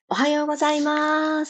おはようございます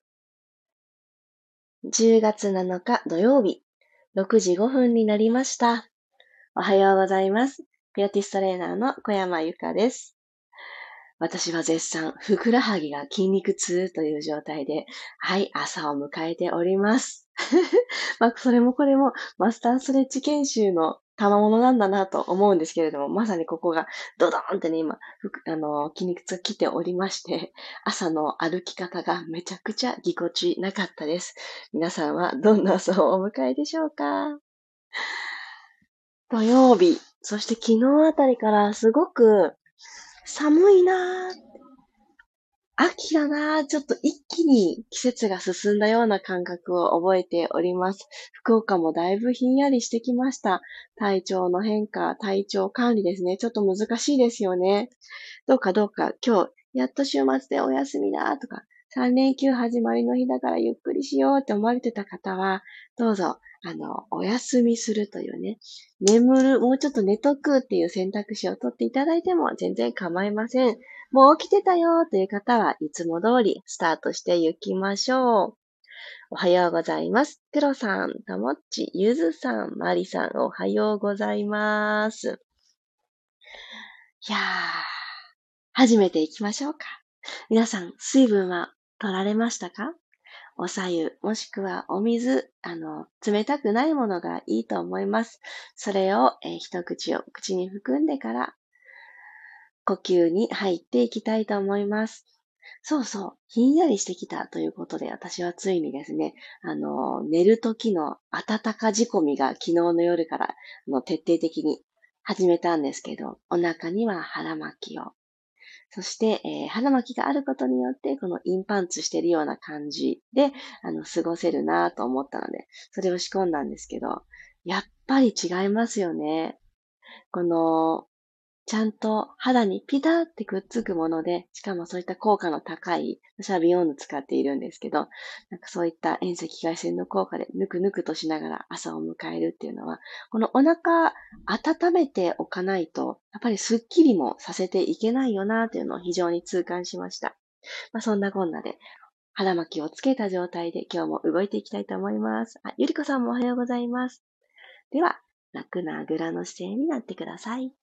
。10月7日土曜日、6時5分になりました。おはようございます。ピラティストレーナーの小山由かです。私は絶賛、ふくらはぎが筋肉痛という状態で、はい、朝を迎えております。それもこれもマスターストレッチ研修の賜物なんだなと思うんですけれども、まさにここがドドーンってね、今、筋肉痛が来ておりまして、朝の歩き方がめちゃくちゃぎこちなかったです。皆さんはどんな朝をお迎えでしょうか？土曜日、そして昨日あたりからすごく寒いなぁ、秋だなぁ、ちょっと一気に季節が進んだような感覚を覚えております。福岡もだいぶひんやりしてきました。体調の変化、体調管理ですね。ちょっと難しいですよね。どうか、今日、やっと週末でお休みだとか、3連休始まりの日だからゆっくりしようって思われてた方は、どうぞ、お休みするというね、眠る、もうちょっと寝とくっていう選択肢を取っていただいても全然構いません。もう起きてたよという方はいつも通りスタートしていきましょう。おはようございます。黒さん、たもっち、ゆずさん、まりさん、おはようございます。いやー、始めていきましょうか。皆さん、水分は取られましたか？お白湯、もしくはお水、冷たくないものがいいと思います。それを、一口を口に含んでから呼吸に入っていきたいと思います。そうそう、ひんやりしてきたということで、私はついにですね、寝る時の温か仕込みが昨日の夜から徹底的に始めたんですけど、お腹には腹巻きを、そして、腹巻きがあることによって、このインパンツしてるような感じで、過ごせるなと思ったので、それを仕込んだんですけど、やっぱり違いますよね。この、ちゃんと肌にピタってくっつくもので、しかもそういった効果の高い、私はビヨンド使っているんですけど、なんかそういった遠赤外線の効果でぬくぬくとしながら朝を迎えるっていうのは、このお腹温めておかないと、やっぱりスッキリもさせていけないよなっていうのを非常に痛感しました。そんなこんなで、腹巻きをつけた状態で今日も動いていきたいと思います。ゆりこさんもおはようございます。では、楽なあぐらの姿勢になってください。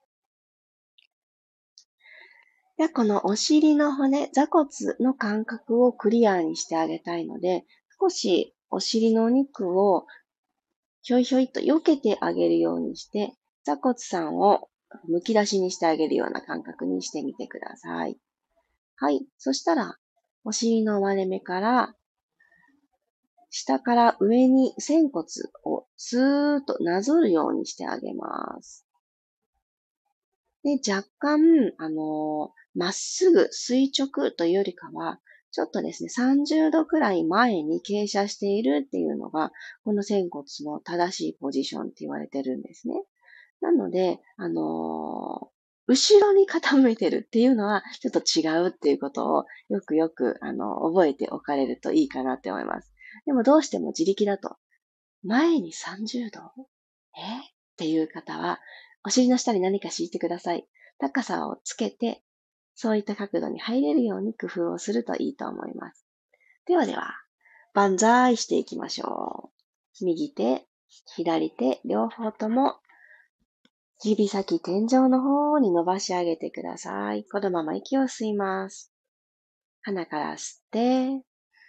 で、このお尻の骨、座骨の感覚をクリアにしてあげたいので、少しお尻のお肉をひょいひょいと避けてあげるようにして、座骨さんをむき出しにしてあげるような感覚にしてみてください。はい。そしたら、お尻の割れ目から下から上に仙骨をスーッとなぞるようにしてあげます。で、若干、まっすぐ垂直というよりかは、ちょっとですね、30度くらい前に傾斜しているっていうのが、この仙骨の正しいポジションって言われてるんですね。なので、後ろに傾いてるっていうのは、ちょっと違うっていうことを、よくよく、覚えておかれるといいかなって思います。でもどうしても自力だと、前に30度っていう方は、お尻の下に何か敷いてください。高さをつけて、そういった角度に入れるように工夫をするといいと思います。ではでは、万歳していきましょう。右手、左手、両方とも指先天井の方に伸ばし上げてください。このまま息を吸います。鼻から吸って、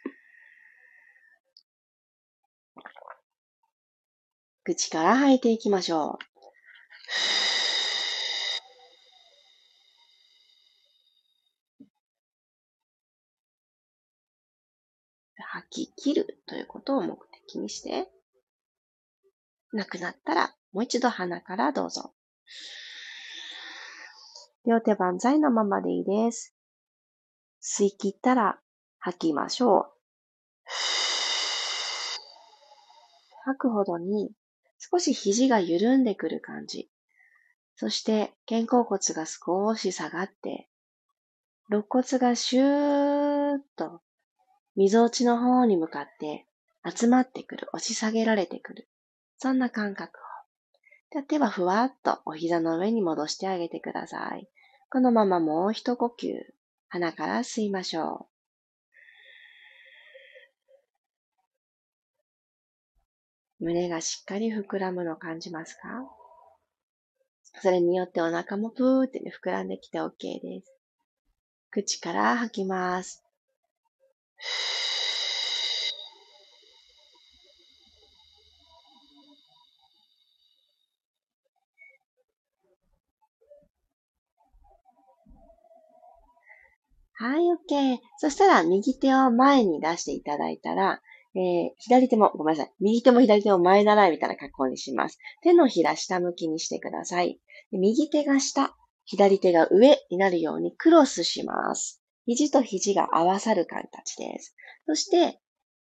口から吐いていきましょう。吐き切るということを目的にして、なくなったらもう一度鼻からどうぞ。両手万歳のままでいいです。吸い切ったら吐きましょう。吐くほどに少し肘が緩んでくる感じ。そして肩甲骨が少し下がって、肋骨がシューッと溝落ちの方に向かって集まってくる、押し下げられてくる。そんな感覚を。で手はふわっとお膝の上に戻してあげてください。このままもう一呼吸。 鼻から吸いましょう。胸がしっかり膨らむのを感じますか？それによってお腹もプーってね、膨らんできて OK です。口から吐きます。はい、OK。そしたら、右手を前に出していただいたら、左手も、ごめんなさい。右手も左手も前習いみたいな格好にします。手のひら下向きにしてください。右手が下、左手が上になるようにクロスします。肘と肘が合わさる形です。そして、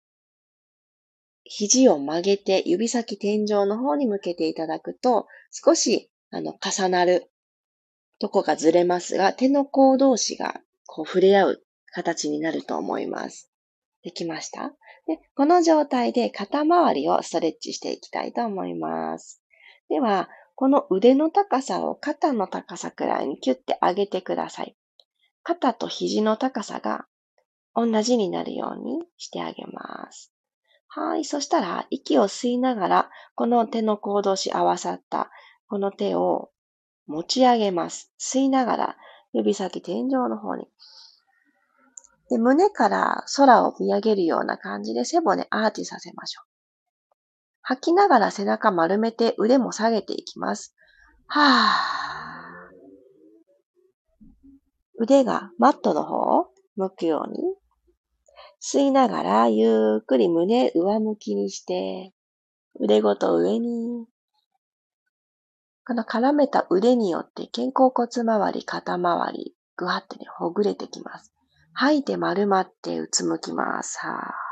肘を曲げて指先天井の方に向けていただくと、少し、重なるとこがずれますが、手の甲同士がこう触れ合う形になると思います。できました？で、この状態で肩周りをストレッチしていきたいと思います。では、この腕の高さを肩の高さくらいにキュッて上げてください。肩と肘の高さが同じになるようにしてあげます。はい。そしたら、息を吸いながら、この手の甲同士合わさった、この手を持ち上げます。吸いながら、指先天井の方に。で、胸から空を見上げるような感じで背骨アーチさせましょう。吐きながら背中丸めて腕も下げていきます。はぁ。腕がマットの方を向くように。吸いながらゆっくり胸上向きにして、腕ごと上に。この絡めた腕によって肩甲骨周り、肩周り、ぐわってね、ほぐれてきます。吐いて丸まってうつむきます。はぁ。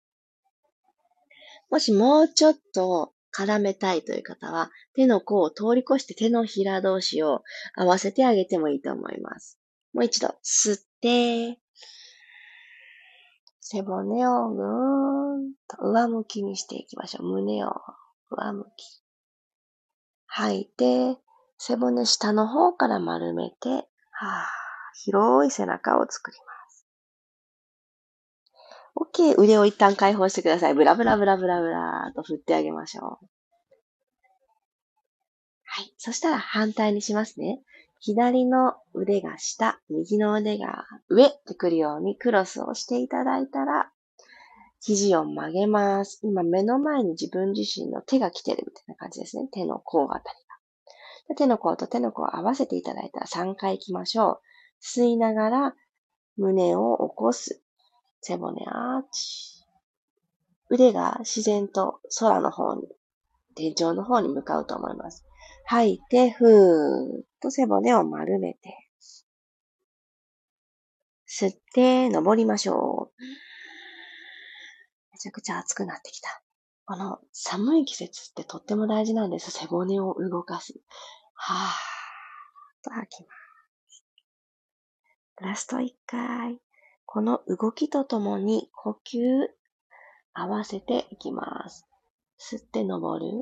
もしもうちょっと絡めたいという方は、手の甲を通り越して手のひら同士を合わせてあげてもいいと思います。もう一度、吸って、背骨をぐーんと上向きにしていきましょう。胸を上向き。吐いて、背骨下の方から丸めて、広い背中を作ります。OK。腕を一旦解放してください。ブラブラブラブラブラーと振ってあげましょう。はい。そしたら反対にしますね。左の腕が下、右の腕が上ってくるようにクロスをしていただいたら、肘を曲げます。今目の前に自分自身の手が来てるみたいな感じですね。手の甲あたりが。手の甲と手の甲を合わせていただいたら3回行きましょう。吸いながら胸を起こす。背骨アーチ。腕が自然と空の方に、天井の方に向かうと思います。吐いて、ふーっと背骨を丸めて。吸って、登りましょう。めちゃくちゃ暑くなってきた。この寒い季節ってとっても大事なんです。背骨を動かす。はーっと吐きます。ラスト1回。この動きとともに呼吸合わせていきます。吸って登る。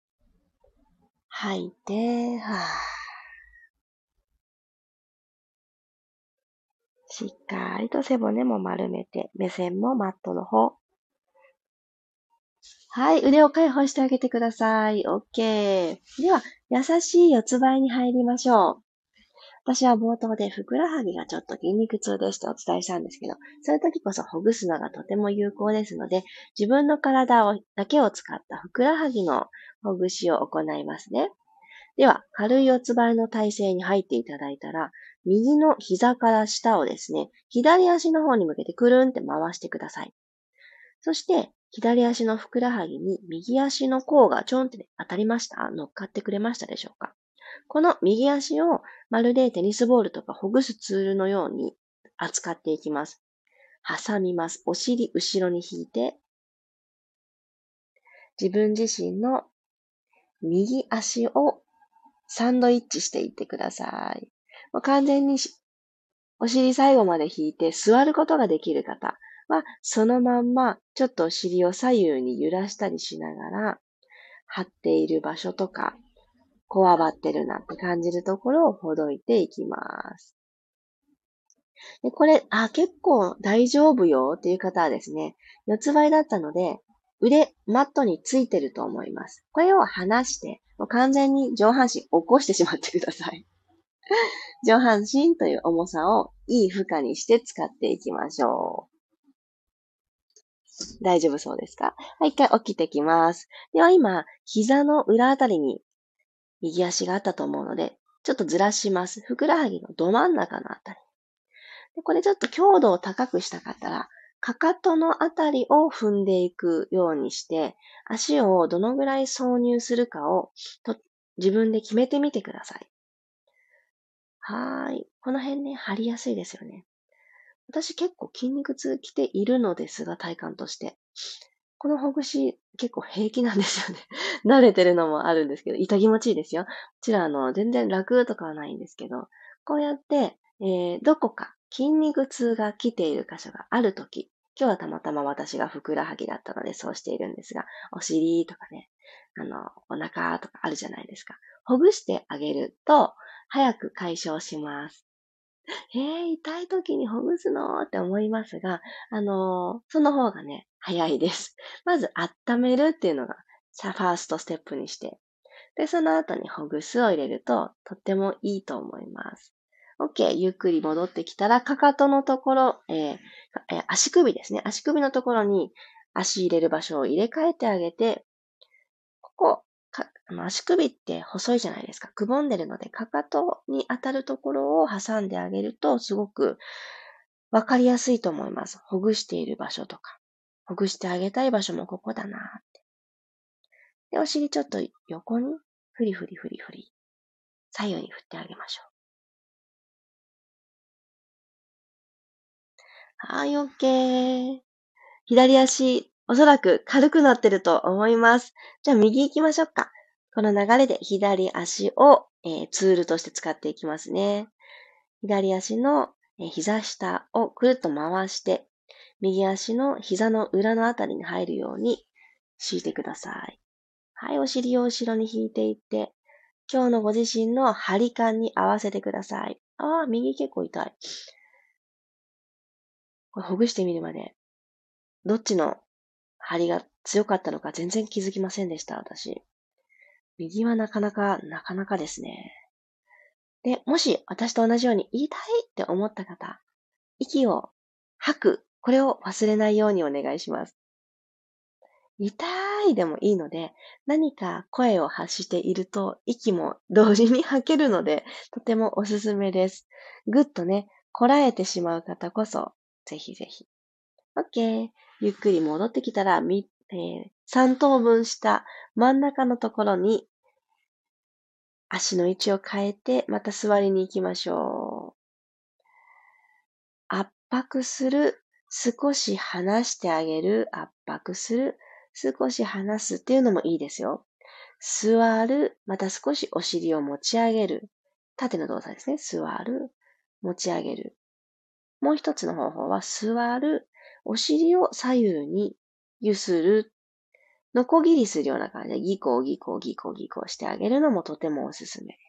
吐いて、はー。しっかりと背骨も丸めて、目線もマットの方。はい、腕を解放してあげてください。OK。では、優しい四つ倍に入りましょう。私は冒頭でふくらはぎがちょっと筋肉痛ですとお伝えしたんですけど、そういう時こそほぐすのがとても有効ですので、自分の体だけを使ったふくらはぎのほぐしを行いますね。では、軽い四つ倍の体勢に入っていただいたら、右の膝から下をですね、左足の方に向けてくるんって回してください。そして、左足のふくらはぎに右足の甲がちょんって当たりました？乗っかってくれましたでしょうか？この右足をまるでテニスボールとかほぐすツールのように扱っていきます。挟みます。お尻後ろに引いて、自分自身の右足をサンドイッチしていってください。もう完全にお尻最後まで引いて座ることができる方は、そのまんまちょっとお尻を左右に揺らしたりしながら、張っている場所とか、こわばってるなって感じるところをほどいていきます。 で、これ、結構大丈夫よっていう方はですね、四つ倍だったので、マットについてると思います。これを離して、もう完全に上半身起こしてしまってください。上半身という重さをいい負荷にして使っていきましょう。大丈夫そうですか？はい、一回起きてきます。では今、膝の裏あたりに右足があったと思うので、ちょっとずらします。ふくらはぎのど真ん中のあたり。でこれちょっと強度を高くしたかったら、かかとのあたりを踏んでいくようにして、足をどのぐらい挿入するかを自分で決めてみてください。はーい。この辺ね、張りやすいですよね。私結構筋肉痛きているのですが、体感として。このほぐし結構平気なんですよね。慣れてるのもあるんですけど、痛気持ちいいですよ。もちろん全然楽とかはないんですけど、こうやって、どこか筋肉痛が来ている箇所があるとき、今日はたまたま私がふくらはぎだったのでそうしているんですが、お尻とかね、お腹とかあるじゃないですか。ほぐしてあげると、早く解消します。痛い時にほぐすのって思いますが、その方がね、早いです。まず温めるっていうのが、ファーストステップにして。で、その後にほぐすを入れると、とってもいいと思います。OK。ゆっくり戻ってきたら、かかとのところ、足首ですね。足首のところに足入れる場所を入れ替えてあげて、ここ、足首って細いじゃないですか。くぼんでるので、かかとに当たるところを挟んであげると、すごくわかりやすいと思います。ほぐしている場所とか。ほぐしてあげたい場所もここだなって。で、お尻ちょっと横に、ふりふりふりふり。左右に振ってあげましょう。はい、OK。左足、おそらく軽くなってると思います。じゃあ右行きましょうか。この流れで左足を、ツールとして使っていきますね。左足の膝下をくるっと回して、右足の膝の裏のあたりに入るように敷いてください。はい、お尻を後ろに引いていって、今日のご自身の張り感に合わせてください。右結構痛い。これほぐしてみるまで、どっちの張りが強かったのか全然気づきませんでした、私。右はなかなかですね。で、もし私と同じように痛いって思った方、息を吐く。これを忘れないようにお願いします。痛いでもいいので、何か声を発していると息も同時に吐けるので、とてもおすすめです。ぐっとね、こらえてしまう方こそ、ぜひぜひ。OK。ゆっくり戻ってきたら、3等分した真ん中のところに足の位置を変えて、また座りに行きましょう。圧迫する、少し離してあげる、圧迫する、少し離すっていうのもいいですよ。座る、また少しお尻を持ち上げる。縦の動作ですね。座る、持ち上げる。もう一つの方法は座る、お尻を左右に揺する。ノコギリするような感じでギコギコギコギコしてあげるのもとてもおすすめです。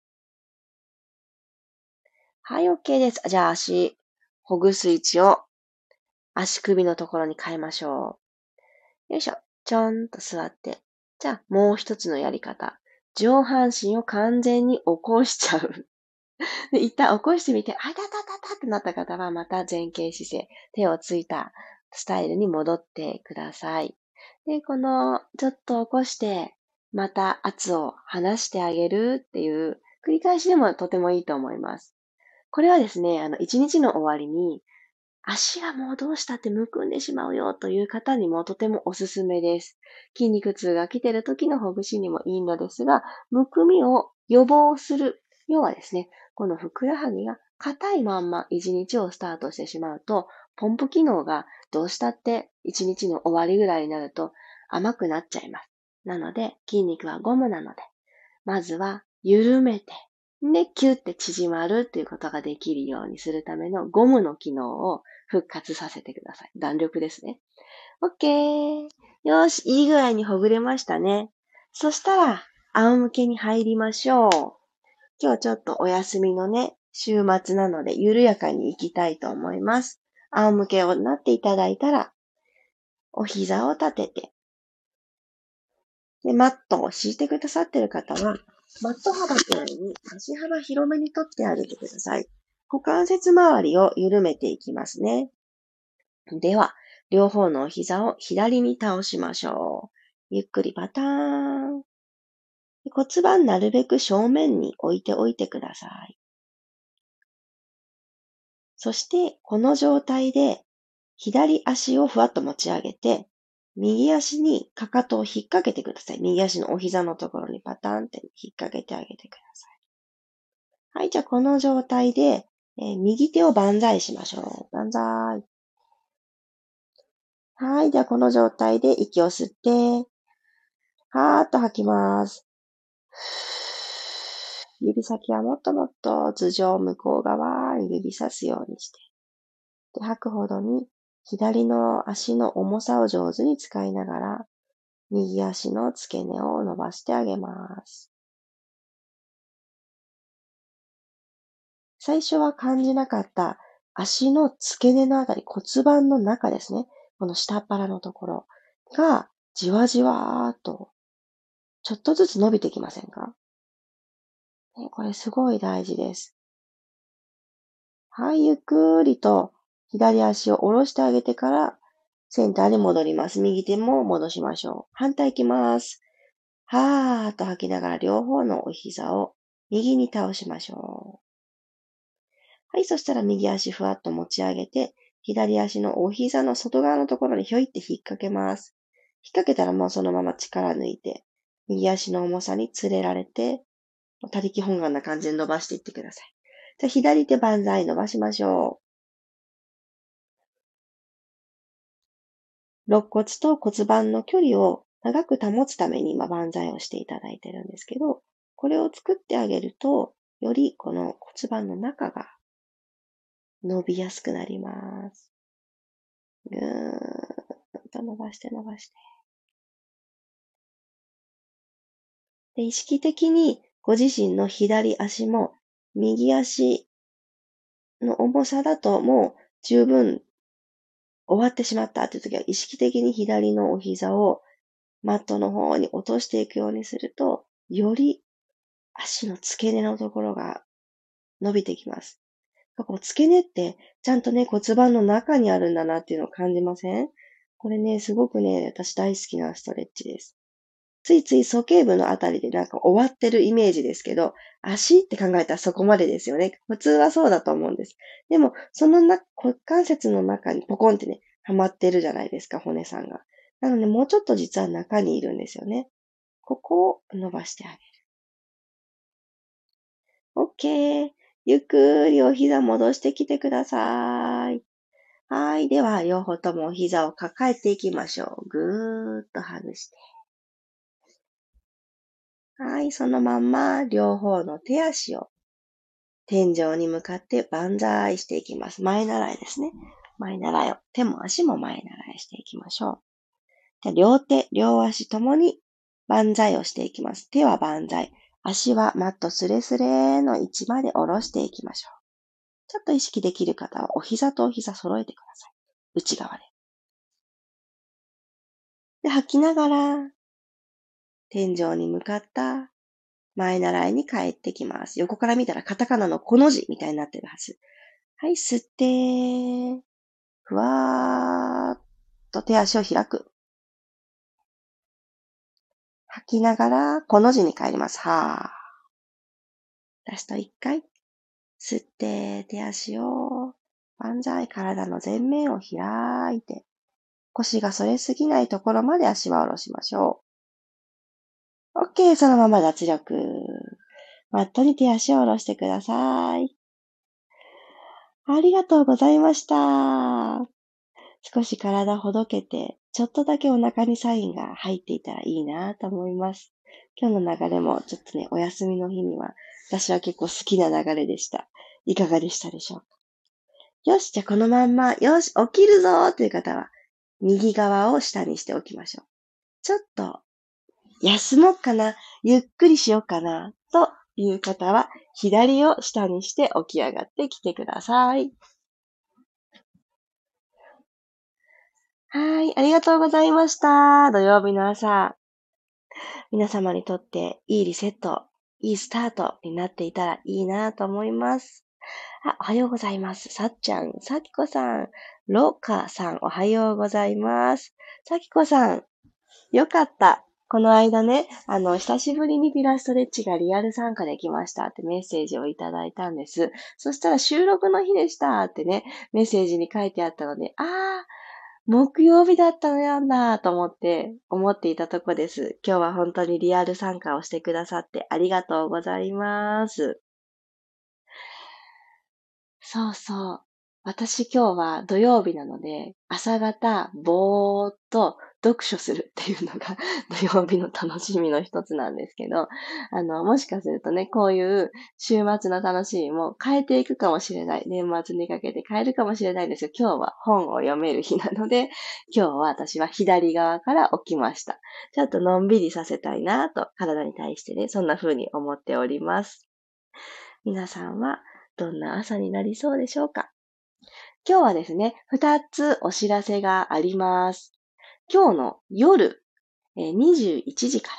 はい、OK です。じゃあ足、ほぐす位置を足首のところに変えましょう。よいしょ。ちょんと座って。じゃあ、もう一つのやり方。上半身を完全に起こしちゃう。で一旦起こしてみて、あたたたたってなった方は、また前傾姿勢、手をついたスタイルに戻ってください。で、ちょっと起こして、また圧を離してあげるっていう繰り返しでもとてもいいと思います。これはですね、一日の終わりに、足がもうどうしたってむくんでしまうよという方にもとてもおすすめです。筋肉痛が来ている時のほぐしにもいいのですが、むくみを予防する。要はですね、このふくらはぎが硬いまんま一日をスタートしてしまうと、ポンプ機能がどうしたって一日の終わりぐらいになると甘くなっちゃいます。なので、筋肉はゴムなので、まずは緩めて、で、キュッて縮まるっていうことができるようにするためのゴムの機能を復活させてください。弾力ですね。OK。よし、いい具合にほぐれましたね。そしたら、仰向けに入りましょう。今日ちょっとお休みのね、 週末なので緩やかに行きたいと思います。仰向けになっていただいたら、お膝を立てて、で、マットを敷いてくださっている方は、マット幅くらいに足幅広めに取ってあげてください。股関節周りを緩めていきますね。では、両方のお膝を左に倒しましょう。ゆっくりパターン。骨盤なるべく正面に置いておいてください。そして、この状態で、左足をふわっと持ち上げて、右足にかかとを引っ掛けてください。右足のお膝のところにパターンって引っ掛けてあげてください。はい、じゃあこの状態で、右手を万歳しましょう。万歳。はい、じゃあこの状態で息を吸って、はーっと吐きます。指先はもっともっと頭上向こう側に指さすようにして。で、吐くほどに左の足の重さを上手に使いながら、右足の付け根を伸ばしてあげます。最初は感じなかった足の付け根のあたり、骨盤の中ですね。この下っ腹のところがじわじわーっとちょっとずつ伸びてきませんか？ね、これすごい大事です。はい、ゆっくりと左足を下ろしてあげてからセンターに戻ります。右手も戻しましょう。反対いきます。はーっと吐きながら両方のお膝を右に倒しましょう。はい、そしたら右足ふわっと持ち上げて、左足のお膝の外側のところにひょいって引っ掛けます。引っ掛けたらもうそのまま力抜いて、右足の重さにつれられて、他力本願な感じで伸ばしていってください。じゃあ左手万歳伸ばしましょう。肋骨と骨盤の距離を長く保つために今万歳をしていただいてるんですけど、これを作ってあげると、よりこの骨盤の中が伸びやすくなります。ぐーんと伸ばして伸ばして。で、意識的にご自身の左足も右足の重さだともう十分終わってしまったという時は意識的に左のお膝をマットの方に落としていくようにすると、より足の付け根のところが伸びてきます。こう付け根ってちゃんとね骨盤の中にあるんだなっていうのを感じません？これね、すごくね、私大好きなストレッチです。ついつい鼠径部のあたりでなんか終わってるイメージですけど、足って考えたらそこまでですよね。普通はそうだと思うんです。でも、その骨関節の中にポコンってね、はまってるじゃないですか、骨さんが。なので、もうちょっと実は中にいるんですよね。ここを伸ばしてあげる。OK。ゆっくりお膝戻してきてください。はい。では、両方ともお膝を抱えていきましょう。ぐーっと外して。はい。そのまんま、両方の手足を天井に向かって万歳していきます。前習いですね。前習いを、手も足も前習いしていきましょう。じゃあ両手、両足ともに万歳をしていきます。手は万歳。足はマットスレスレの位置まで下ろしていきましょう。ちょっと意識できる方はお膝とお膝揃えてください。内側で。で、吐きながら天井に向かった前習いに帰ってきます。横から見たらカタカナのこの字みたいになってるはず。はい、吸って、ふわーっと手足を開く。吐きながら、この字に帰ります。はー。ラスト1回。吸って、手足を、万歳、体の前面を開いて、腰が反れすぎないところまで足は下ろしましょう。OK、そのまま脱力。マットに手足を下ろしてください。ありがとうございました。少し体ほどけて、ちょっとだけお腹にサインが入っていたらいいなと思います。今日の流れもちょっとね、お休みの日には、私は結構好きな流れでした。いかがでしたでしょうか？よし、じゃあこのまんま、よし、起きるぞーという方は、右側を下にしておきましょう。ちょっと、休もうかな、ゆっくりしようかな、という方は、 左を下にして起き上がってきてください。はい、ありがとうございました。土曜日の朝、皆様にとっていいリセット、いいスタートになっていたらいいなと思います。おはようございます。さっちゃん、さきこさん、ろかさん、おはようございます。さきこさん、よかった。この間ね、久しぶりにピラストレッチがリアル参加できましたってメッセージをいただいたんです。そしたら収録の日でしたってね、メッセージに書いてあったので、木曜日だったのやんだと思っていたとこです。今日は本当にリアル参加をしてくださってありがとうございます。そうそう。私今日は土曜日なので、朝方、ぼーっと読書するっていうのが土曜日の楽しみの一つなんですけど、もしかするとね、こういう週末の楽しみも変えていくかもしれない。年末にかけて変えるかもしれないんですよ。今日は本を読める日なので、今日は私は左側から起きました。ちょっとのんびりさせたいなと、体に対してね、そんな風に思っております。皆さんはどんな朝になりそうでしょうか？今日はですね、2つお知らせがあります。今日の夜、21時から、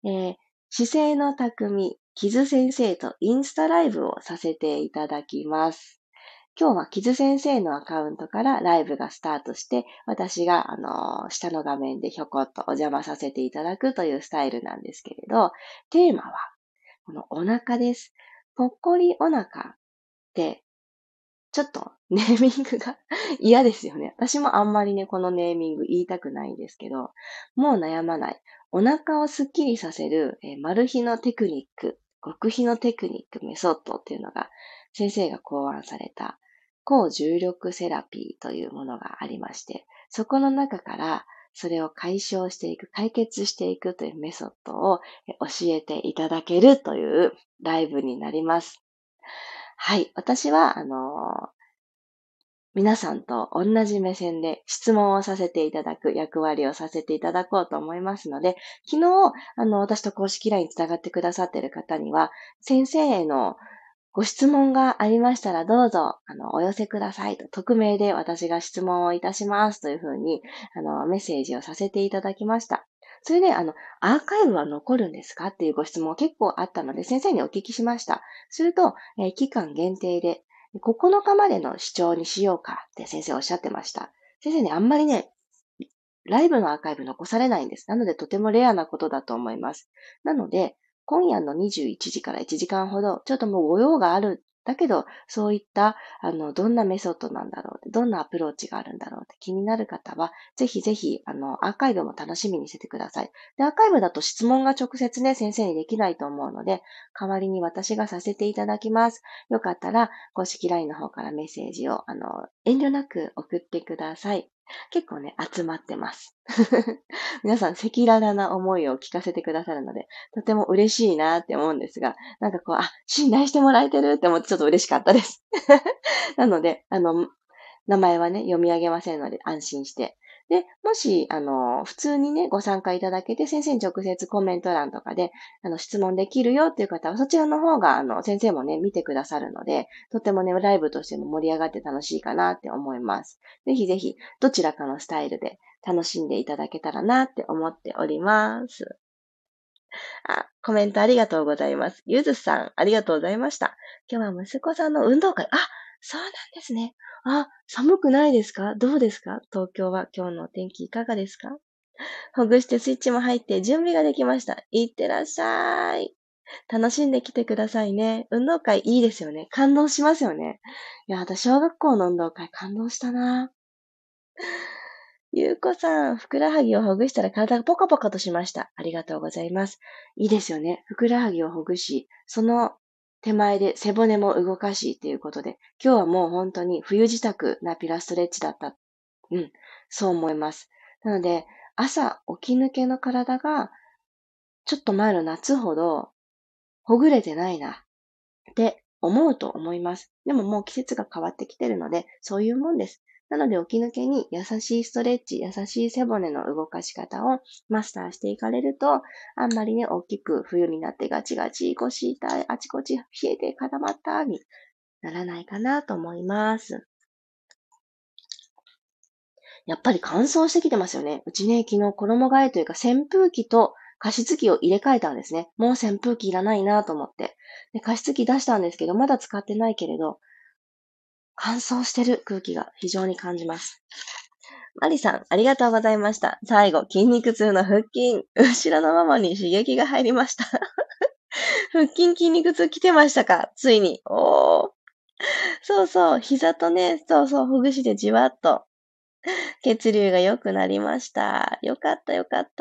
姿勢の匠、キズ先生とインスタライブをさせていただきます。今日はキズ先生のアカウントからライブがスタートして、私が、下の画面でひょこっとお邪魔させていただくというスタイルなんですけれど、テーマは、このお腹です。ぽっこりお腹ってちょっとネーミングが嫌ですよね。私もあんまりね、このネーミング言いたくないんですけど、もう悩まない。お腹をスッキリさせる、マル秘のテクニック、極秘のテクニック、メソッドっていうのが先生が考案された高重力セラピーというものがありまして、そこの中からそれを解消していく、解決していくというメソッドを教えていただけるというライブになります。はい。私は、皆さんと同じ目線で質問をさせていただく役割をさせていただこうと思いますので、昨日、私と公式 LINE に繋がってくださっている方には、先生へのご質問がありましたらどうぞ、お寄せくださいと、匿名で私が質問をいたしますというふうに、メッセージをさせていただきました。それで、アーカイブは残るんですかっていうご質問結構あったので、先生にお聞きしました。すると、期間限定で、9日までの視聴にしようかって先生おっしゃってました。先生ね、あんまりね、ライブのアーカイブ残されないんです。なので、とてもレアなことだと思います。なので、今夜の21時から1時間ほど、ちょっともうご用がある。だけど、そういった、どんなメソッドなんだろうって、どんなアプローチがあるんだろうって気になる方は、ぜひぜひ、アーカイブも楽しみにしててください。で、アーカイブだと質問が直接ね、先生にできないと思うので、代わりに私がさせていただきます。よかったら、公式 LINE の方からメッセージを、遠慮なく送ってください。結構ね、集まってます。皆さん赤裸々な思いを聞かせてくださるので、とても嬉しいなって思うんですが、なんかこう、信頼してもらえてるって思ってちょっと嬉しかったです。なので、名前はね、読み上げませんので安心して。で、もし、普通にね、ご参加いただけて、先生に直接コメント欄とかで、質問できるよっていう方は、そちらの方が、先生もね、見てくださるので、とてもね、ライブとしても盛り上がって楽しいかなって思います。ぜひぜひ、どちらかのスタイルで楽しんでいただけたらなって思っております。コメントありがとうございます。ゆずさん、ありがとうございました。今日は息子さんの運動会。そうなんですね。寒くないですか？どうですか？東京は今日のお天気いかがですか？ほぐしてスイッチも入って準備ができました。いってらっしゃい。楽しんできてくださいね。運動会いいですよね。感動しますよね。いや、私小学校の運動会感動したな。ゆうこさん、ふくらはぎをほぐしたら体がポカポカとしました。ありがとうございます。いいですよね。ふくらはぎをほぐし、その手前で背骨も動かしということで、今日はもう本当に冬支度なピラストレッチだった。そう思います。なので、朝起き抜けの体が、ちょっと前の夏ほどほぐれてないなって思うと思います。でももう季節が変わってきてるので、そういうもんです。なので起き抜けに優しいストレッチ、優しい背骨の動かし方をマスターしていかれると、あんまりね、大きく冬になってガチガチ、腰痛い、あちこち冷えて固まったにならないかなと思います。やっぱり乾燥してきてますよね。うちね、昨日衣替えというか扇風機と加湿器を入れ替えたんですね。もう扇風機いらないなと思って。で、加湿器出したんですけど、まだ使ってないけれど、乾燥してる空気が非常に感じます。マリさん、ありがとうございました。最後、筋肉痛の腹筋。後ろのままに刺激が入りました。腹筋筋肉痛来てましたか？ついに。おー。そうそう、膝とね、そうそう、ほぐしでじわっと血流が良くなりました。よかったよかった。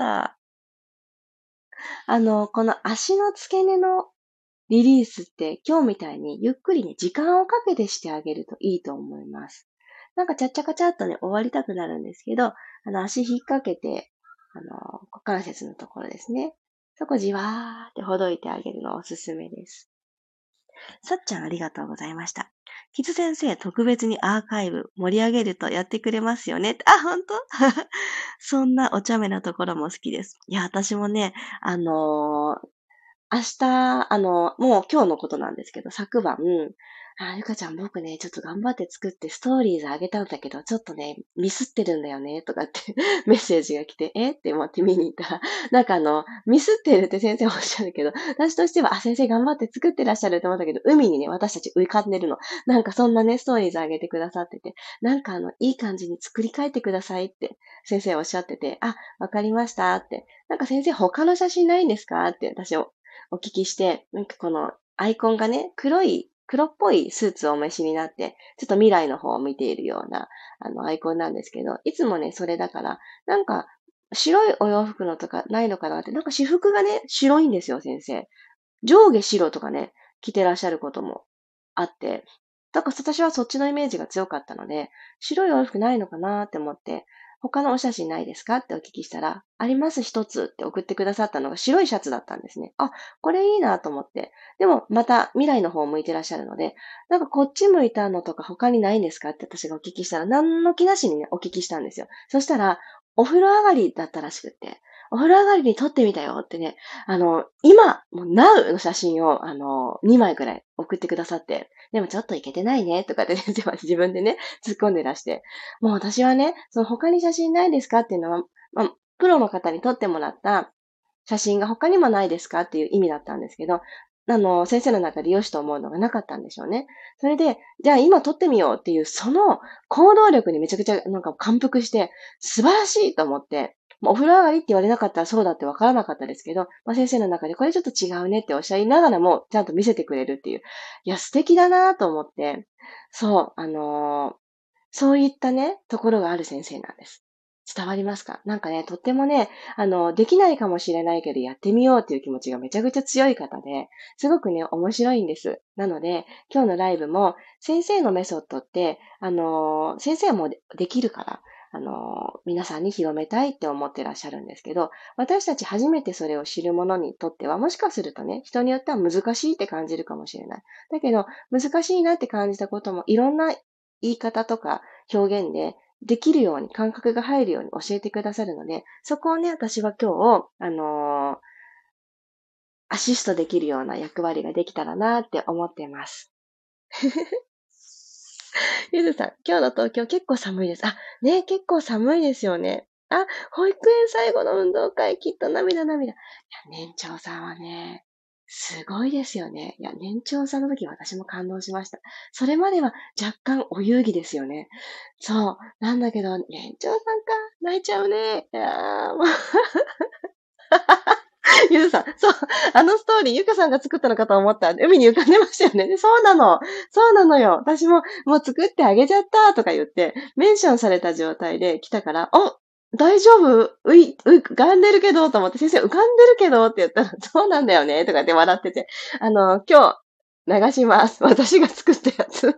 この足の付け根のリリースって今日みたいにゆっくりね、時間をかけてしてあげるといいと思います。なんかちゃっちゃかちゃっとね、終わりたくなるんですけど、足引っ掛けて、股関節のところですね。そこじわーってほどいてあげるのおすすめです。さっちゃんありがとうございました。キツ先生特別にアーカイブ盛り上げるとやってくれますよね。あ、ほんとそんなお茶目なところも好きです。いや、私もね、明日、もう今日のことなんですけど、昨晩、ゆかちゃん僕ね、ちょっと頑張って作ってストーリーズあげたんだけど、ちょっとね、ミスってるんだよね、とかってメッセージが来て、って思って見に行ったら、なんかミスってるって先生おっしゃるけど、私としては、先生頑張って作ってらっしゃると思ったけど、海にね、私たち浮かんでるの。なんかそんなね、ストーリーズあげてくださってて、なんかいい感じに作り変えてくださいって先生おっしゃってて、わかりましたって。なんか先生他の写真ないんですかって私お聞きして、なんかこのアイコンがね、黒っぽいスーツをお召しになって、ちょっと未来の方を見ているような、アイコンなんですけど、いつもね、それだから、なんか、白いお洋服のとかないのかなって、なんか私服がね、白いんですよ、先生。上下白とかね、着てらっしゃることもあって、だから私はそっちのイメージが強かったので、白いお洋服ないのかなって思って、他のお写真ないですかってお聞きしたら、あります一つって送ってくださったのが白いシャツだったんですね。これいいなと思って。でもまた未来の方を向いてらっしゃるので、なんかこっち向いたのとか他にないんですかって私がお聞きしたら、何の気なしにね、お聞きしたんですよ。そしたら、お風呂上がりだったらしくって、お風呂上がりに撮ってみたよってね、今、もう Now の写真を、2枚くらい送ってくださって、でもちょっといけてないね、とかって先生は自分でね、突っ込んでらして、もう私はね、その他に写真ないですかっていうのは、プロの方に撮ってもらった写真が他にもないですかっていう意味だったんですけど、先生の中で良しと思うのがなかったんでしょうね。それで、じゃあ今撮ってみようっていう、その行動力にめちゃくちゃなんか感服して、素晴らしいと思って、お風呂上がりって言われなかったらそうだってわからなかったですけど、先生の中でこれちょっと違うねっておっしゃいながらも、ちゃんと見せてくれるっていう。いや、素敵だなと思って、そう、そういったね、ところがある先生なんです。伝わりますか？なんかね、とってもね、できないかもしれないけど、やってみようっていう気持ちがめちゃくちゃ強い方で、すごくね、面白いんです。なので、今日のライブも、先生のメソッドって、先生はもうできるから、皆さんに広めたいって思ってらっしゃるんですけど、私たち初めてそれを知る者にとっては、もしかするとね、人によっては難しいって感じるかもしれない。だけど、難しいなって感じたことも、いろんな言い方とか表現でできるように、感覚が入るように教えてくださるので、そこをね、私は今日、アシストできるような役割ができたらなって思っています。ゆずさん、今日の東京結構寒いです。ね、結構寒いですよね。保育園最後の運動会、きっと涙涙。いや、年長さんはね、すごいですよね。いや、年長さんの時私も感動しました。それまでは若干お遊戯ですよね。そう。なんだけど、年長さんか。泣いちゃうね。いやーもうゆずさん、そう、あのストーリー、ゆかさんが作ったのかと思った。海に浮かんでましたよね。でそうなの。そうなのよ。私も、もう作ってあげちゃったとか言って、メンションされた状態で来たから、大丈夫浮かんでるけど、と思って、先生浮かんでるけどって言ったら、そうなんだよね、とかって笑ってて、今日、流します。私が作ったやつ。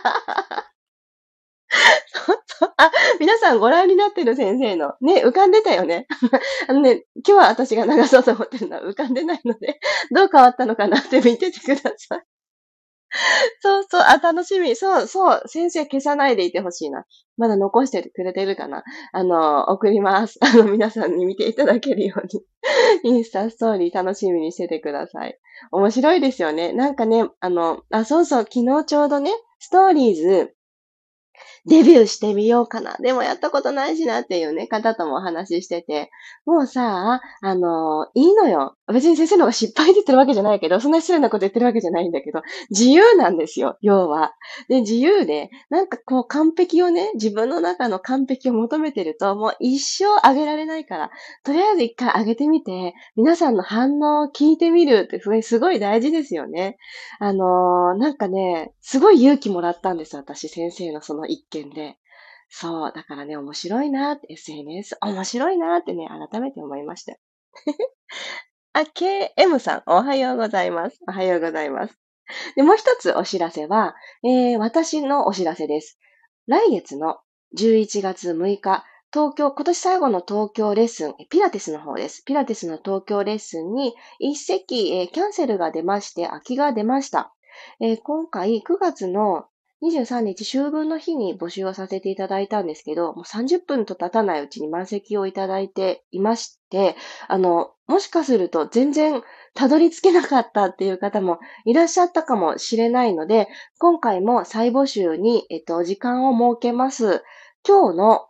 そうそう。皆さんご覧になってる先生の、ね、浮かんでたよね。今日は私が流そうと思ってるのは浮かんでないので、どう変わったのかなって見ててください。 そうそう、あ、楽しみ。そうそう、先生消さないでいてほしいな。まだ残してくれてるかな。送ります。皆さんに見ていただけるように。インスタストーリー楽しみにしててください。面白いですよね。なんかね、そうそう、昨日ちょうどね、ストーリーズ、デビューしてみようかな。でもやったことないしなっていうね、方ともお話ししてて、もうさ、いいのよ。別に先生の方が失敗って言ってるわけじゃないけど、そんな失礼なこと言ってるわけじゃないんだけど、自由なんですよ、要は。で、自由で、なんかこう完璧をね、自分の中の完璧を求めてると、もう一生あげられないから、とりあえず一回あげてみて、皆さんの反応を聞いてみるってすごい大事ですよね。なんかね、すごい勇気もらったんです、私、先生のその一件で。そう、だからね、面白いなって、SNS、面白いなってね、改めて思いました。あ、KM さん、おはようございます。おはようございます。で、もう一つお知らせは、私のお知らせです。来月の11月6日、今年最後の東京レッスン、ピラティスの方です。ピラティスの東京レッスンに一席、キャンセルが出まして、空きが出ました。今回9月の23日秋分の日に募集をさせていただいたんですけど、もう30分と経たないうちに満席をいただいていまして、もしかすると全然たどり着けなかったっていう方もいらっしゃったかもしれないので、今回も再募集に、時間を設けます。今日の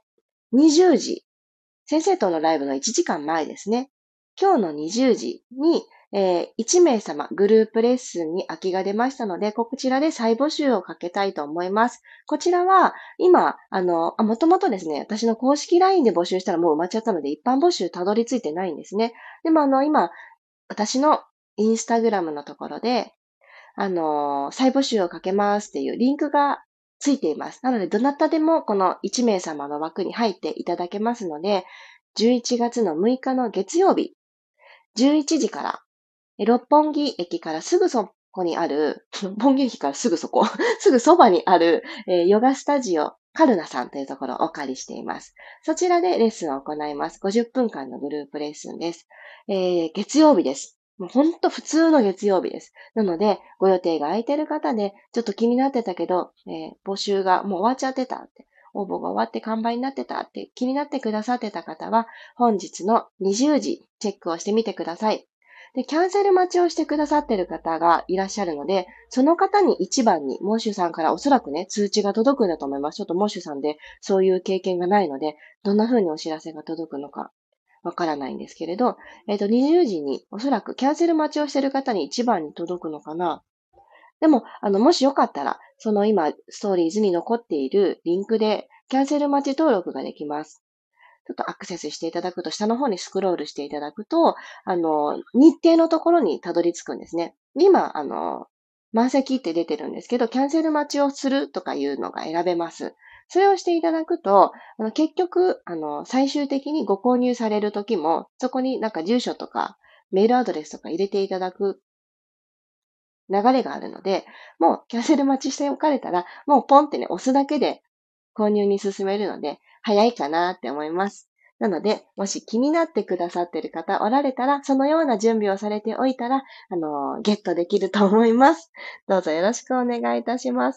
20時、先生とのライブの1時間前ですね。今日の20時に、1名様グループレッスンに空きが出ましたので、こちらで再募集をかけたいと思います。こちらは、今、もともとですね、私の公式 LINE で募集したらもう埋まっちゃったので、一般募集たどり着いてないんですね。でも今、私のインスタグラムのところで、再募集をかけますっていうリンクがついています。なので、どなたでもこの1名様の枠に入っていただけますので、11月の6日の月曜日、11時から、六本木駅からすぐそこにある、六本木駅からすぐそこ、すぐそばにある、ヨガスタジオ、カルナさんというところをお借りしています。そちらでレッスンを行います。50分間のグループレッスンです。月曜日です。もうほんと普通の月曜日です。なので、ご予定が空いている方で、ちょっと気になってたけど、募集がもう終わっちゃってたって、応募が終わって完売になってたって気になってくださってた方は、本日の20時チェックをしてみてください。で、キャンセル待ちをしてくださっている方がいらっしゃるので、その方に一番に、モッシュさんからおそらくね、通知が届くんだと思います。ちょっとモッシュさんでそういう経験がないので、どんな風にお知らせが届くのかわからないんですけれど、20時におそらくキャンセル待ちをしている方に一番に届くのかな。でも、もしよかったら、その今、ストーリーズに残っているリンクで、キャンセル待ち登録ができます。ちょっとアクセスしていただくと、下の方にスクロールしていただくと、日程のところにたどり着くんですね。で今、満席って出てるんですけど、キャンセル待ちをするとかいうのが選べます。それをしていただくと、結局、最終的にご購入される時も、そこになんか住所とか、メールアドレスとか入れていただく流れがあるので、もうキャンセル待ちしておかれたら、もうポンってね、押すだけで購入に進めるので、早いかなって思います。なので、もし気になってくださっている方おられたら、そのような準備をされておいたら、ゲットできると思います。どうぞよろしくお願いいたします。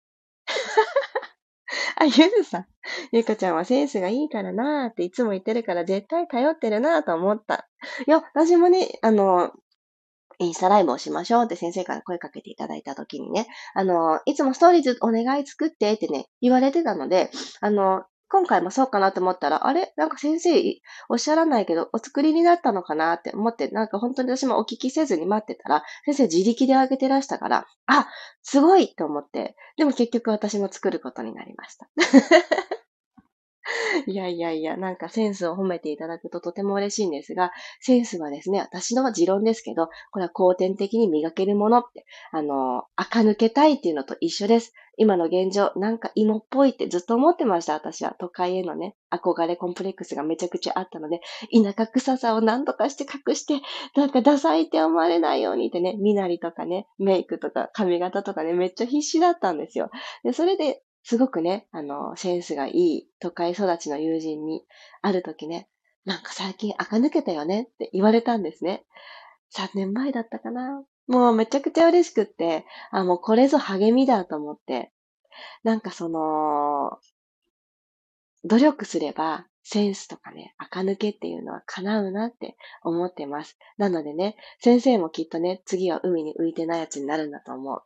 あ、ゆずさん。ゆかちゃんはセンスがいいからなーっていつも言ってるから絶対頼ってるなーと思った。いや、私もね、インスタライブをしましょうって先生から声かけていただいたときにね、いつもストーリーズお願い作ってってね、言われてたので、今回もそうかなと思ったら、あれなんか先生おっしゃらないけど、お作りになったのかなって思って、なんか本当に私もお聞きせずに待ってたら、先生自力で上げてらしたから、あ、すごいと思って、でも結局私も作ることになりました。いやいやいや、なんかセンスを褒めていただくととても嬉しいんですが、センスはですね、私の持論ですけど、これは後天的に磨けるものって、垢抜けたいっていうのと一緒です。今の現状、なんか芋っぽいってずっと思ってました、私は。都会へのね、憧れコンプレックスがめちゃくちゃあったので、田舎臭さを何とかして隠して、なんかダサいって思われないようにってね、身なりとかね、メイクとか髪型とかね、めっちゃ必死だったんですよ。で、それですごくね、センスがいい都会育ちの友人に、ある時ね、なんか最近垢抜けたよねって言われたんですね。3年前だったかな。 もうめちゃくちゃ嬉しくって、もうこれぞ励みだと思って、なんか努力すれば、センスとかね、垢抜けっていうのは叶うなって思ってます。なのでね、先生もきっとね、次は海に浮いてないやつになるんだと思う。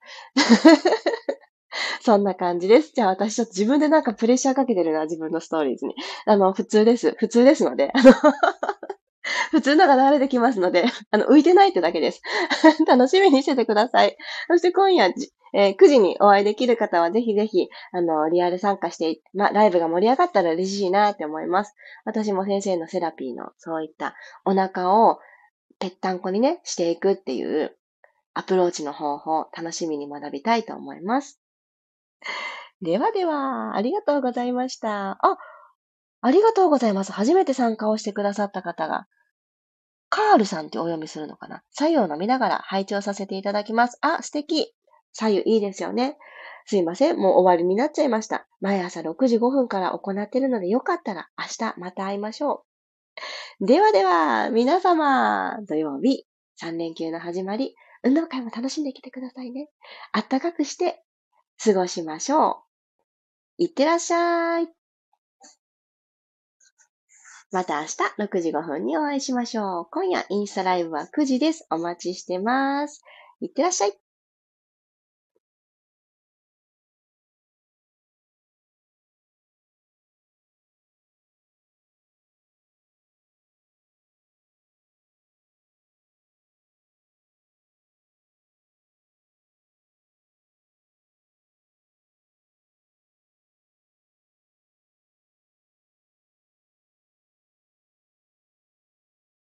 そんな感じです。じゃあ私ちょっと自分でなんかプレッシャーかけてるな、自分のストーリーズに。普通です。普通ですので、普通のが流れてきますので、浮いてないってだけです。楽しみにしててください。そして今夜、9時にお会いできる方はぜひぜひ、リアル参加して、ライブが盛り上がったら嬉しいなって思います。私も先生のセラピーのそういったお腹をぺったんこにね、していくっていうアプローチの方法、楽しみに学びたいと思います。ではでは、ありがとうございました。ありがとうございます。初めて参加をしてくださった方が。カールさんってお読みするのかな。左右を飲みながら拝聴させていただきます。素敵。左右いいですよね。すいません。もう終わりになっちゃいました。毎朝6時5分から行っているので、よかったら明日また会いましょう。ではでは、皆様、土曜日、3連休の始まり、運動会も楽しんできてくださいね。あったかくして過ごしましょう。いってらっしゃい。また明日6時5分にお会いしましょう。今夜インスタライブは9時です。お待ちしてます。いってらっしゃい。